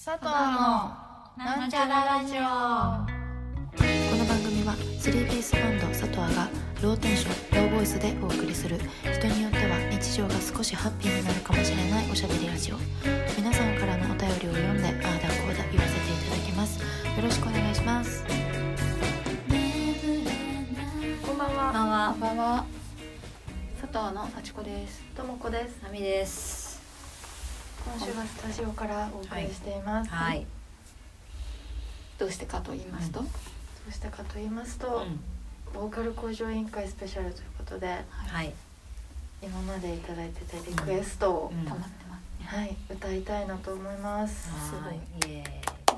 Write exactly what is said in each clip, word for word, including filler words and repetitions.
佐藤のなんちゃらラジオ。 この番組はスリーピースバンド佐藤がローテンション、ローボイスでお送りする、人によっては日常が少しハッピーになるかもしれないおしゃべりラジオ。皆さんからのお便りを読んで、あーだこーだ言わせていただきます。よろしくお願いします。 こんばんは。 こんばんは。 こんばんは。佐藤の幸子です。 ともこです。 なみです。 今週はスタジオからお送りしています。 はい。 どうしてかと言いますと、うん、どうしてかと言いますと、うん、ボーカル向上委員会スペシャルということで、はい、今までいただいてたリクエストを、 うん、溜まってますね。 はい、歌いたいなと思います。 すごい。イエーイ。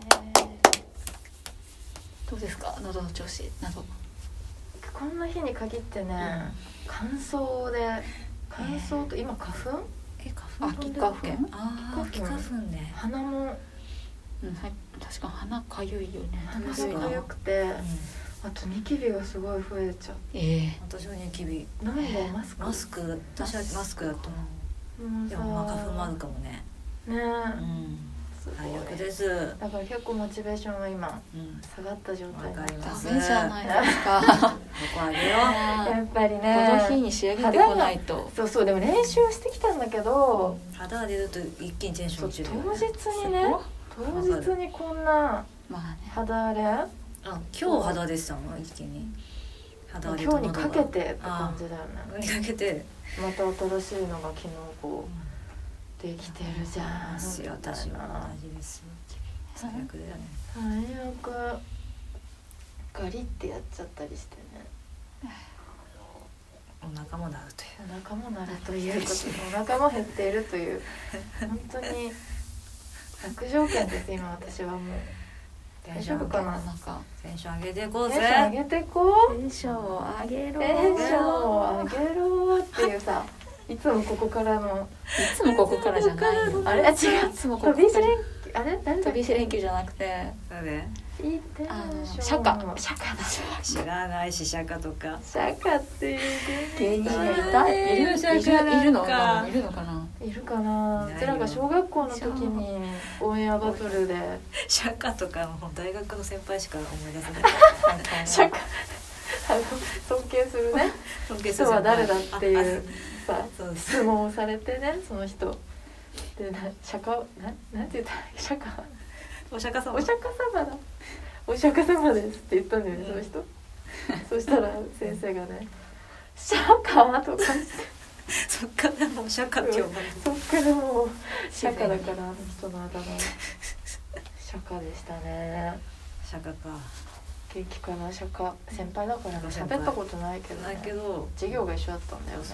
どうですか、喉の調子など。こんな日に限ってね、うん、乾燥で乾燥と、えー、今花粉？ え花粉？秋花粉？あ秋花粉ね。 鼻も、うん、はい、 確か鼻かゆいよね。 鼻がかゆくて、うん、あとニキビがすごい増えちゃって。えー、私はニキビ。 なんでマスク？ マスク、私はマスクだと思う。でもまあ花粉もあるかもね。 ねえ。 うん最悪です。 だから結構モチベーションは今、うん、下がった状態になってます。 ダメじゃないですか。ここあげよう。 やっぱりね。 この日に仕上げてこないと。 そうそう、でも練習してきたんだけど、 肌が出ると一気にテンション落ちる。 当日にね、当日にこんな肌荒れ。あ、 今日肌出てたの一気に。 肌荒れと今日にかけてって感じだよね。 にかけて。 また新しいのが昨日こう。できてるじゃん。 私は同じですよ。最悪だよね。 最悪。ガリってやっちゃったりしてね。 お腹もなるという。 お腹もなるということで、お腹も減っているという本当に悪条件です今私はもう。大丈夫かな。なんかテンション上げていこうぜ。 テンション上げていこう。 テンションを上げろ。 テンションを上げろっていうさ。いつもここからのいつもここからじゃないよ。 あれ違う。いつもここから飛び石連休あれ飛び石連休じゃなくて誰？いいテンション。 釈迦釈迦だ。 知らないし釈迦とか。 釈迦っていう芸人がいた？いるいるいるの？いるのかな？ いるかな。うちらが小学校の時にオンエアバトルで釈迦とかもう大学の先輩しか思い出せない。 釈迦あの尊敬するね。尊敬する人は誰だっていう。質問をされてね、その人でな釈迦ななんて言ったら釈迦お釈迦様お釈迦様だお釈迦様ですって言ったんだよね、うん、その人そしたら先生がね釈迦とかそっからもう釈迦って呼ばれる。 そっからもう釈迦だからあの人のあだ名釈迦でしたね。 釈迦か元気かな。釈迦先輩だから喋ったことないけど、ね、 ないけど授業が一緒だったんだよね。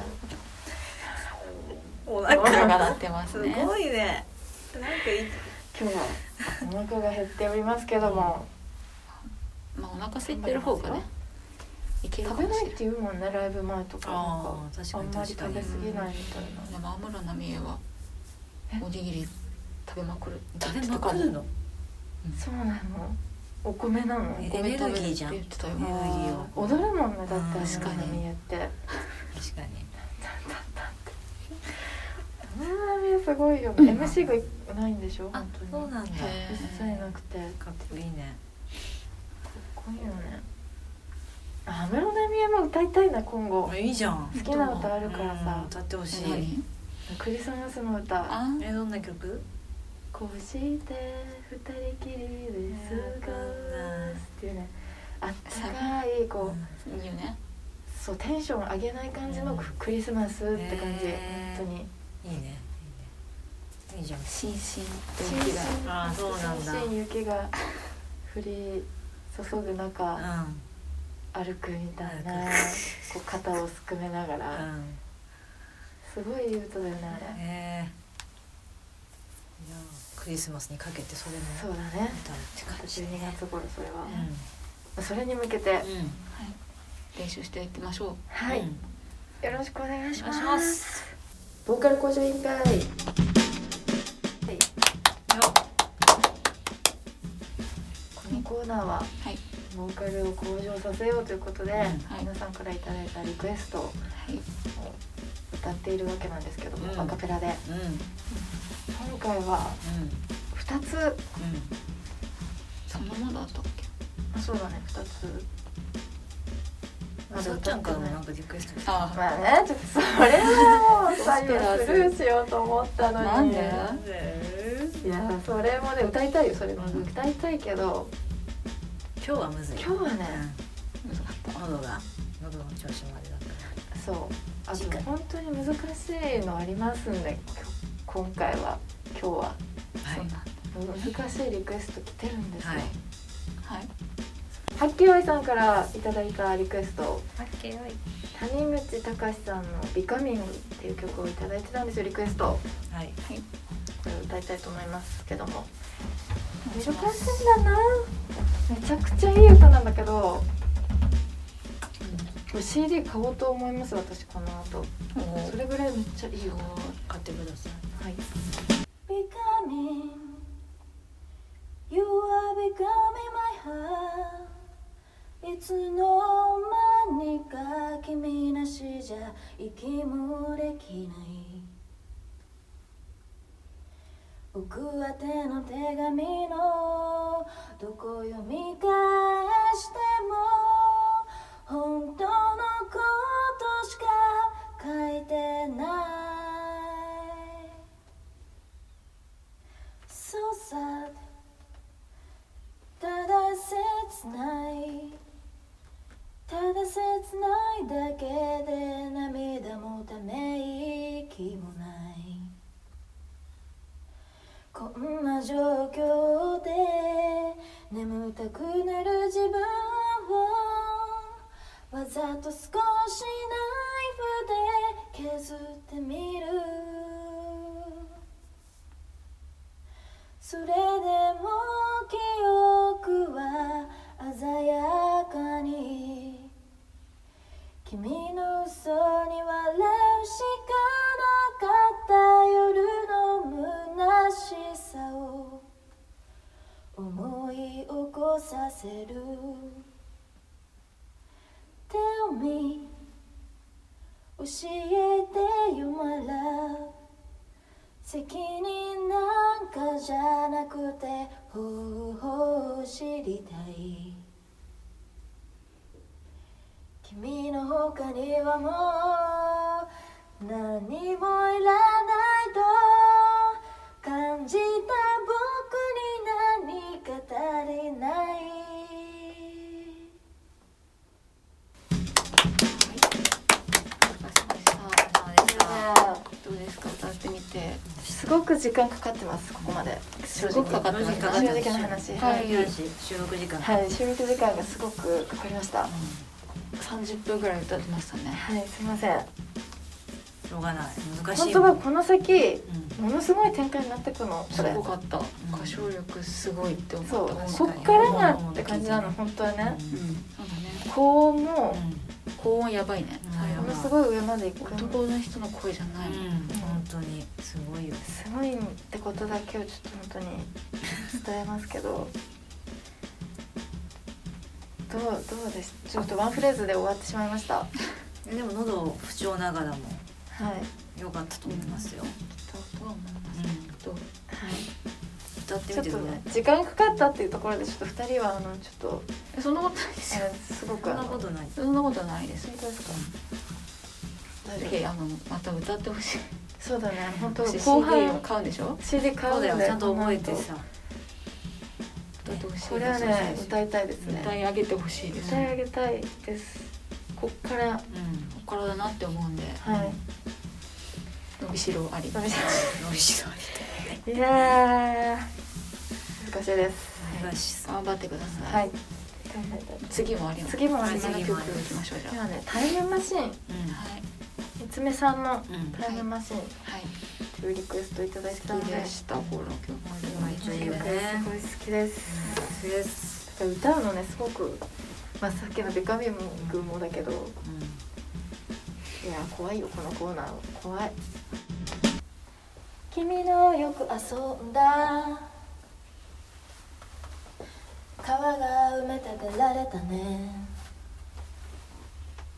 お腹が鳴ってますね。 すごいね。なんか今日はお腹が減っておりますけども、 まあお腹空いてる方がね。 食べないって言うもんね、ライブ前とかなんかあんまり食べ過ぎないみたいな。 でも安室奈美恵はおにぎり食べまくる。 食べまくるの？そうなの。お米なの？ エネルギーじゃん。エネルギーを踊るもんね、だって安室奈美恵って。 確かに。 すごいよ、うん、エムシー がないんでしょ。本当にそうなんだ。 一切なくてかっこいいね。 かっこいいよね。安室奈美恵も歌いたいな今後。 いいじゃん。 好きな歌あるからさ、 うん、歌ってほしい。 クリスマスの歌。 えどんな曲？ こうして二人きりで過ごすっていうね、あったかいこう、 うん、いいよね。 そうテンション上げない感じのクリスマスって感じ、 えー、 本当に。 いいね、いいね。いいじゃん。しんしんと雪が、 ああそうなんだ。 しんしん雪が降り注ぐ中、うん、歩くみたいな、こう肩をすくめながら、うん、すごいいい歌だよねあれ。 えー、いやクリスマスにかけてそれもそうだね。 歌うって感じ。 じゅうにがつ頃それは、 うん、 それに向けて、うん、はい、 練習していきましょう。 はい、うん、よろしくお願いします。 お願いします。 ボーカル向上委員会、はい、このコーナーは、はい、ボーカルを向上させようということで、うん、はい、皆さんからいただいたリクエストを歌っているわけなんですけども、うん、アカペラで、うん、今回はふたたつ、うん、 そんなまだあったっけ。 あ、そうだね、ふたつ。 あ、さっちゃんからもなんかリクエストして。 あ、まあね、ちょっとそれはもう最後スルーしようと思ったのに。 なんで？ いや、それもね、歌いたいよ、それも、うん、歌いたいけど今日はむずい。 今日はね、 うん、難かった。喉が喉の調子までだった。 そう、あと本当に難しいのありますんで、今回は今日は、はい、難しいリクエスト来てるんですよ。はい、はい、はっけよいさんからいただいたリクエスト、はっけよい、谷口隆さんのビカミングっていう曲をいただいてたんですよ、リクエスト。はい、はい、これを歌いたいと思いますけども、難しいんだな。めちゃくちゃいい歌なんだけど、うん、シーディー 買おうと思います、私この後。それぐらいめっちゃいいよ。 買ってください。はい。 Becoming, you are becoming my heart. いつの間にか君なしじゃ息もできない。僕宛ての手紙のどこ読み返しても本当のことしか書いてない。 So sad、 ただ切ない、ただ切ないだけで涙もため息もない。こんな状況で眠たくなる自分をわざと少しナイフで削ってみる。それでも記憶は鮮やかに君の嘘に笑うしかなかった夜の虚しさを思い起こさせる。 Tell me 教えてよ my love。 責任なんかじゃなくて方法を知りたい。君の他にはもう何もいらないと感じた僕に何か足りない。 どうですか、歌ってみて。 すごく時間かかってます、ここまで。 すごくかかってます。 正直な話、 はい、収録時間、 はい、収録時間がすごくかかりました。 うん、さんじゅっぷんぐらい歌ってましたね。 はい、すいません。 しょうがない、難しい。 本当はこの先、うん、ものすごい展開になってくの。 すごかった。歌唱力すごいって思った。 そう、そっからなって感じなの、本当はね。うん、そうだね。高音も、 うん、高音やばいね。 ものすごい上まで行く。 男の人の声じゃないもん。 うん、本当にすごいよ。 すごいってことだけをちょっと本当に伝えますけど。どうどうです。ちょっとワンフレーズで終わってしまいました。 でも喉不調ながらも、 はい、 良かったと思いますよ。 とは思います。と、はい。 歌ってみてください。 ちょっとね、時間かかったっていうところでちょっとふたりはあのちょっとそんなことないですよ。 すごくそんなことない。 そんなことないです。 本当ですか。 ぜひあのまた歌ってほしい。 そうだね。本当後半を買うんでしょ。 シーディー 買うんだよ。 ちゃんと覚えてさ。 これはね、歌いたいですね。 歌い上げてほしいです。 歌い上げたいです。こっから、うん、こっからだなって思うんで。 はい。 伸びしろあり。 伸びしろあり。いやー、難しいです。 難しい。 頑張ってください。はい。次もあります。 次もあります。 次の曲いきましょうじゃあ。 今ね、タイムマシーン。はい。みつめさんのタイムマシーン。はい。というリクエストいただいたので。 好きでした。この曲。 めっちゃいいよね。 すごい好きです。好きです。歌うのね、すごく。まあ、さっきのベカミングもだけど。いや、怖いよ、このコーナー。怖い。 君のよく遊んだ川が埋め立てられたね。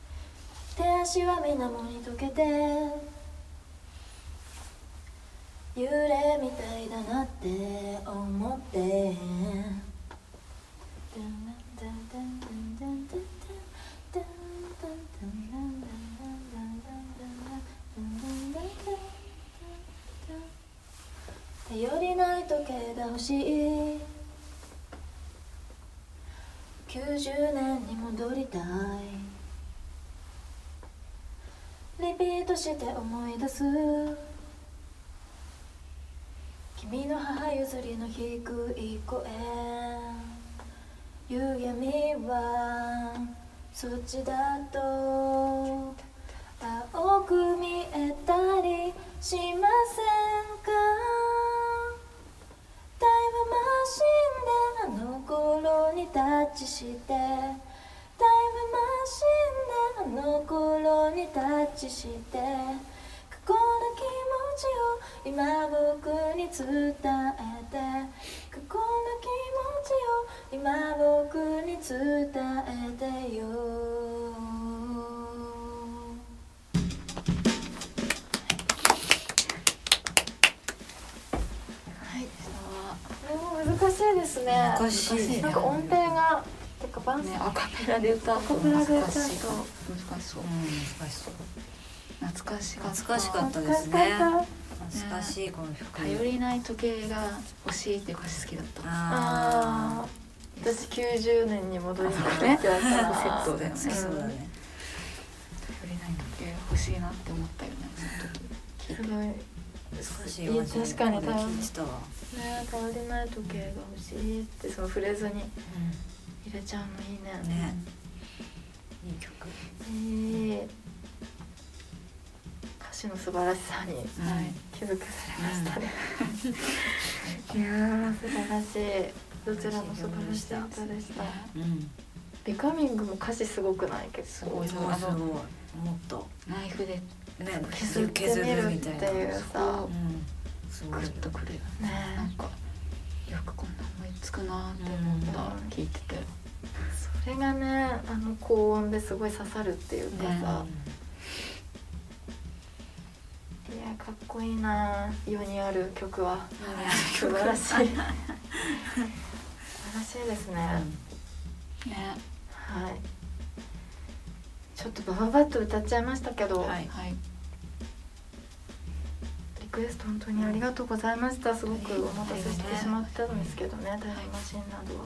手足は水面に溶けて幽霊みたいだなって思って頼りない時計が欲しいきゅうじゅうねんに戻りたいリピートして思い出す君の母譲りの低い声夕闇はそっちだと青く見えたりしませんかタイムマシンであの頃にタッチしてタイムマシンであの頃にタッチして過去の気持ちを今僕に伝えて過去の気持ちを今僕に伝えてよ難しいですね。 難しいね。 なんか音程がてかバンス、 ね、アカペラで歌うと難しそう。 難しそう、 うん、難しそう。 懐かしかった。 懐かしかったですね。懐かしいこの曲。 頼りない時計が欲しいっていう歌詞好きだった。 ああ、私きゅうじゅうねんに戻りたいね。 セットで好きそうだね。頼りない時計欲しいなって思ったよね。 すごい。 難しいわ。 確かに頼りしたわ。 ね、頼りない時計が欲しいってそのフレーズに入れちゃうのいいね。 ね。いい曲。 いい。歌詞の素晴らしさに気づかされましたね。いやー素晴らしい。どちらも素晴らしい歌でした。 うん。 ビカミングも歌詞すごくない結構。 すごいすごい。もっとナイフで。 ね、 削ってみるっていうさ、 うん、すごいグッとくるよね。なんかよくこんな思いつくなって思った、うん、聞いてて。 それがね、あの高音ですごい刺さるっていうかさ、ね、いやかっこいいな。世にある曲は素晴らしい素晴らしいですね。 うん、ね、 はい。ちょっとバババッと歌っちゃいましたけど、はい、リクエスト本当にありがとうございました。すごくお待たせしてしまったんですけどね、タイムマシンなどは。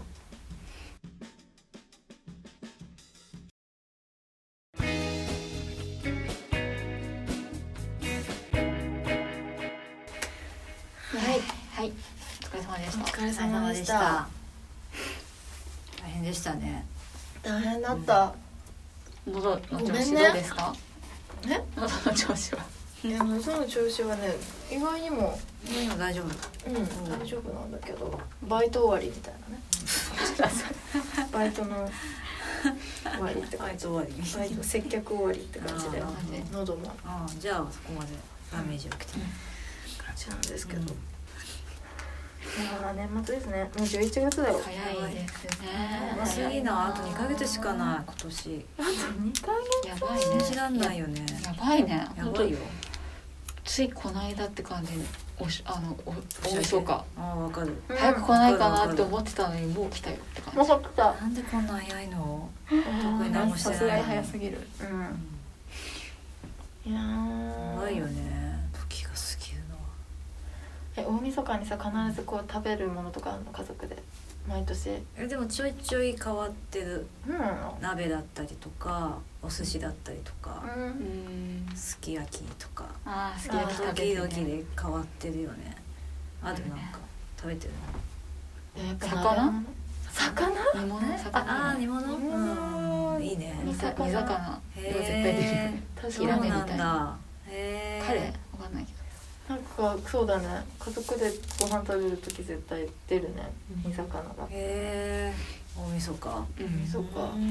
はいはい、お疲れ様でした。 お疲れ様でした。 大変でしたね。 大変だった。 うん、喉の調子どうですか？ え？ 喉の調子は？ いや、喉の調子はね、意外にも意外にも大丈夫。 うん、大丈夫なんだけど、バイト終わりみたいなね。バイトの終わりって感じ。バイト終わり。バイト接客終わりって感じで、喉も。 ああ、じゃあそこまでダメージを受けてない感じなんですけど。年末ですね。もうじゅういちがつだよ。 早いですね。 早いな。あとにかげつしかない今年。 あとにかげつ。 やばいね。 信じらんないよね。 やばいね。 やばいよ。 ついこの間って感じ。おしあのお大晦日。 ああ、わかる。 早く来ないかなって思ってたのにもう来たよって感じ。 もう来た。 なんでこんな早いの？特に何もしてない。 さすがに早すぎる。うん。いやー。やばいよね。時が過ぎるのは。 え、大晦日にさ必ずこう食べるものとかあるの家族で毎年。 え、でもちょいちょい変わってる、 うん、 鍋だったりとかお寿司だったりとか、 うん、 すき焼きとか、 あーすき焼き食べて、ね、 時々で変わってるよね。あ、でもなんか食べてるの、魚魚煮物魚ああ煮物、うん、いいね。 煮魚絶対出る。 そうなんだ。へえ。 カレーわかんないけど。 なんかそうだね。家族でご飯食べるとき絶対出るね。煮魚が。 へえ。大晦日。 大晦日。そうなんだ。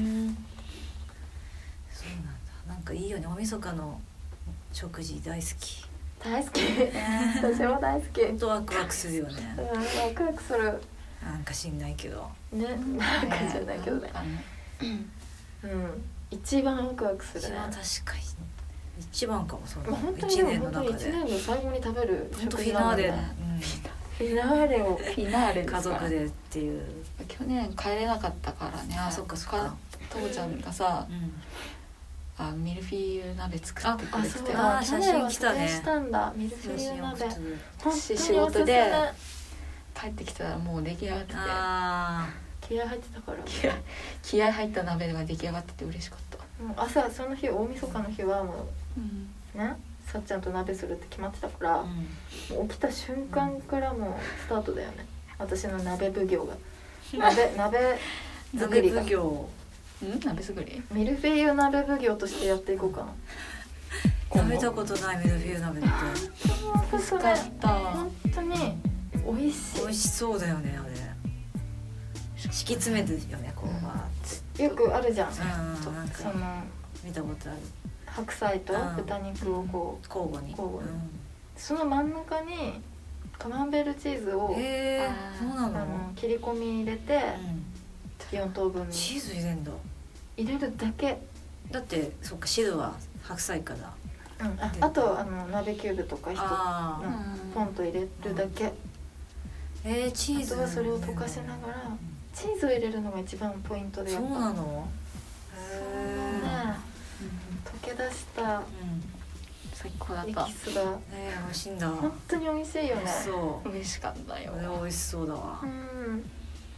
なんかいいよね。大晦日の食事大好き。 大好き。私も大好き。 本当ワクワクするよね。 うん、ワクワクする。 なんか知んないけど。 ね、なんか知んないけどね。うん。一番ワクワクするね。 一番確かに一番かもその本当に一年の中で本当に一年の最後に食べる本当フ食事なので、 ィナーレ、うん、 フィナーレをフィナーレです家から族でっていう。 去年帰れなかったからね。 あそっかそっか。 父ちゃんがさ、 うん、 あミルフィーユ鍋作ってくれてて、 ああ写真来たね。 したんだミルフィーユ鍋。 本当仕事で帰ってきたらもう出来上がってて、 あ気合入ってたから気合気合入った鍋が出来上がってて嬉しかった。 もう朝その日大晦日の日はもう、 うん、 ねさっちゃんと鍋するって決まってたから、 うん、 もう起きた瞬間からもうスタートだよね私の鍋奉行が鍋鍋作りが鍋奉行ん鍋作りミルフィーユ鍋奉行としてやっていこうかな。 食べたことないミルフィーユ鍋って美味しかった本当に美味しい。 美味しそうだよねあれ。敷き詰めてるよねこうは、 うん、よくあるじゃん、うん、 うん、なんかその見たことある白菜と豚肉をこう、 交互に交互に、 うん、 その真ん中にカマンベールチーズをへーそうなの、 あの切り込み入れて、うん、よん等分にチーズ入れんだ。 入れるだけだってそっか汁は白菜から、 うん、あ, あとあの鍋キューブとか一つポンと入れるだけ、うん、 えー、チーズあとはそれを溶かしながら、うん、チーズを入れるのが一番ポイントでやっぱそうなのへー、 ね、溶け出した、うん、 最高だった。 エキスが、 えー、美味しいんだ。 本当に美味しいよね。 そう美味しかったよ。 これ美味しそうだわ。 うん、 いいね。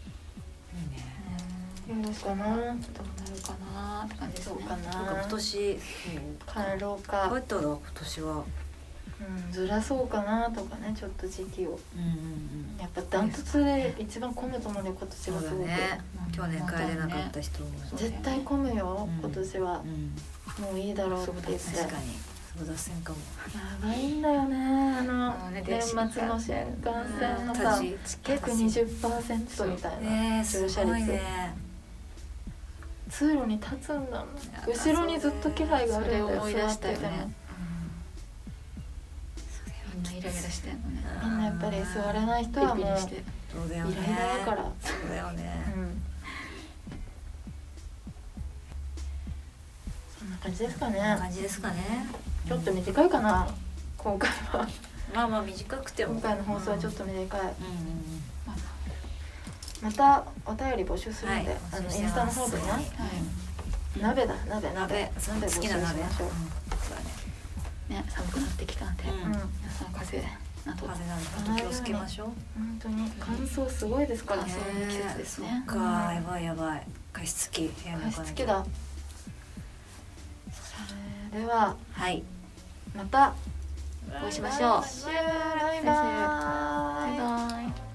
やろうかな。どうなるかなって感じですね。 そうかな。 なんか今年帰ろうか。 帰ったら今年は、 うん、ずらそうかなとかねちょっと時期を。 うんうんうん。 やっぱダントツで一番混むと思うね今年はすごく。 そうだね。去年帰れなかった人も、ね、 絶対混むよ、 うん、 今年は、うん。もういいだろうって言って。 確かに。そう脱線かも。 やばいんだよねあの年末の新幹線のさ約 にじゅっパーセント みたいな駐車率、ね、通路に立つんだもん。後ろにずっと気配があるんだよ。 思い出したよね、 うん、 みんなイライラしてんのね。 みんなやっぱり座れない人はもうイライラだから。 そうだよね、うん、 そんな感じですかね。 そんな感じですかね。 ちょっと短いかな今回は。 まあまあ短くても今回の放送はちょっと短い、うんうんうん、 またお便り募集するので、はい、あのインスタの方でね、はい、鍋だ鍋鍋鍋好きな鍋、うん、そうだね。ね寒くなってきたんで、うん、皆さん風邪など風邪など気をつけましょう。 本当に乾燥すごいですから、 そういう季節ですね。 そっか、やばいやばい。加湿器加湿器だ。それでは、 はい、 またお会いしましょう。 バイバイ。バイバイ。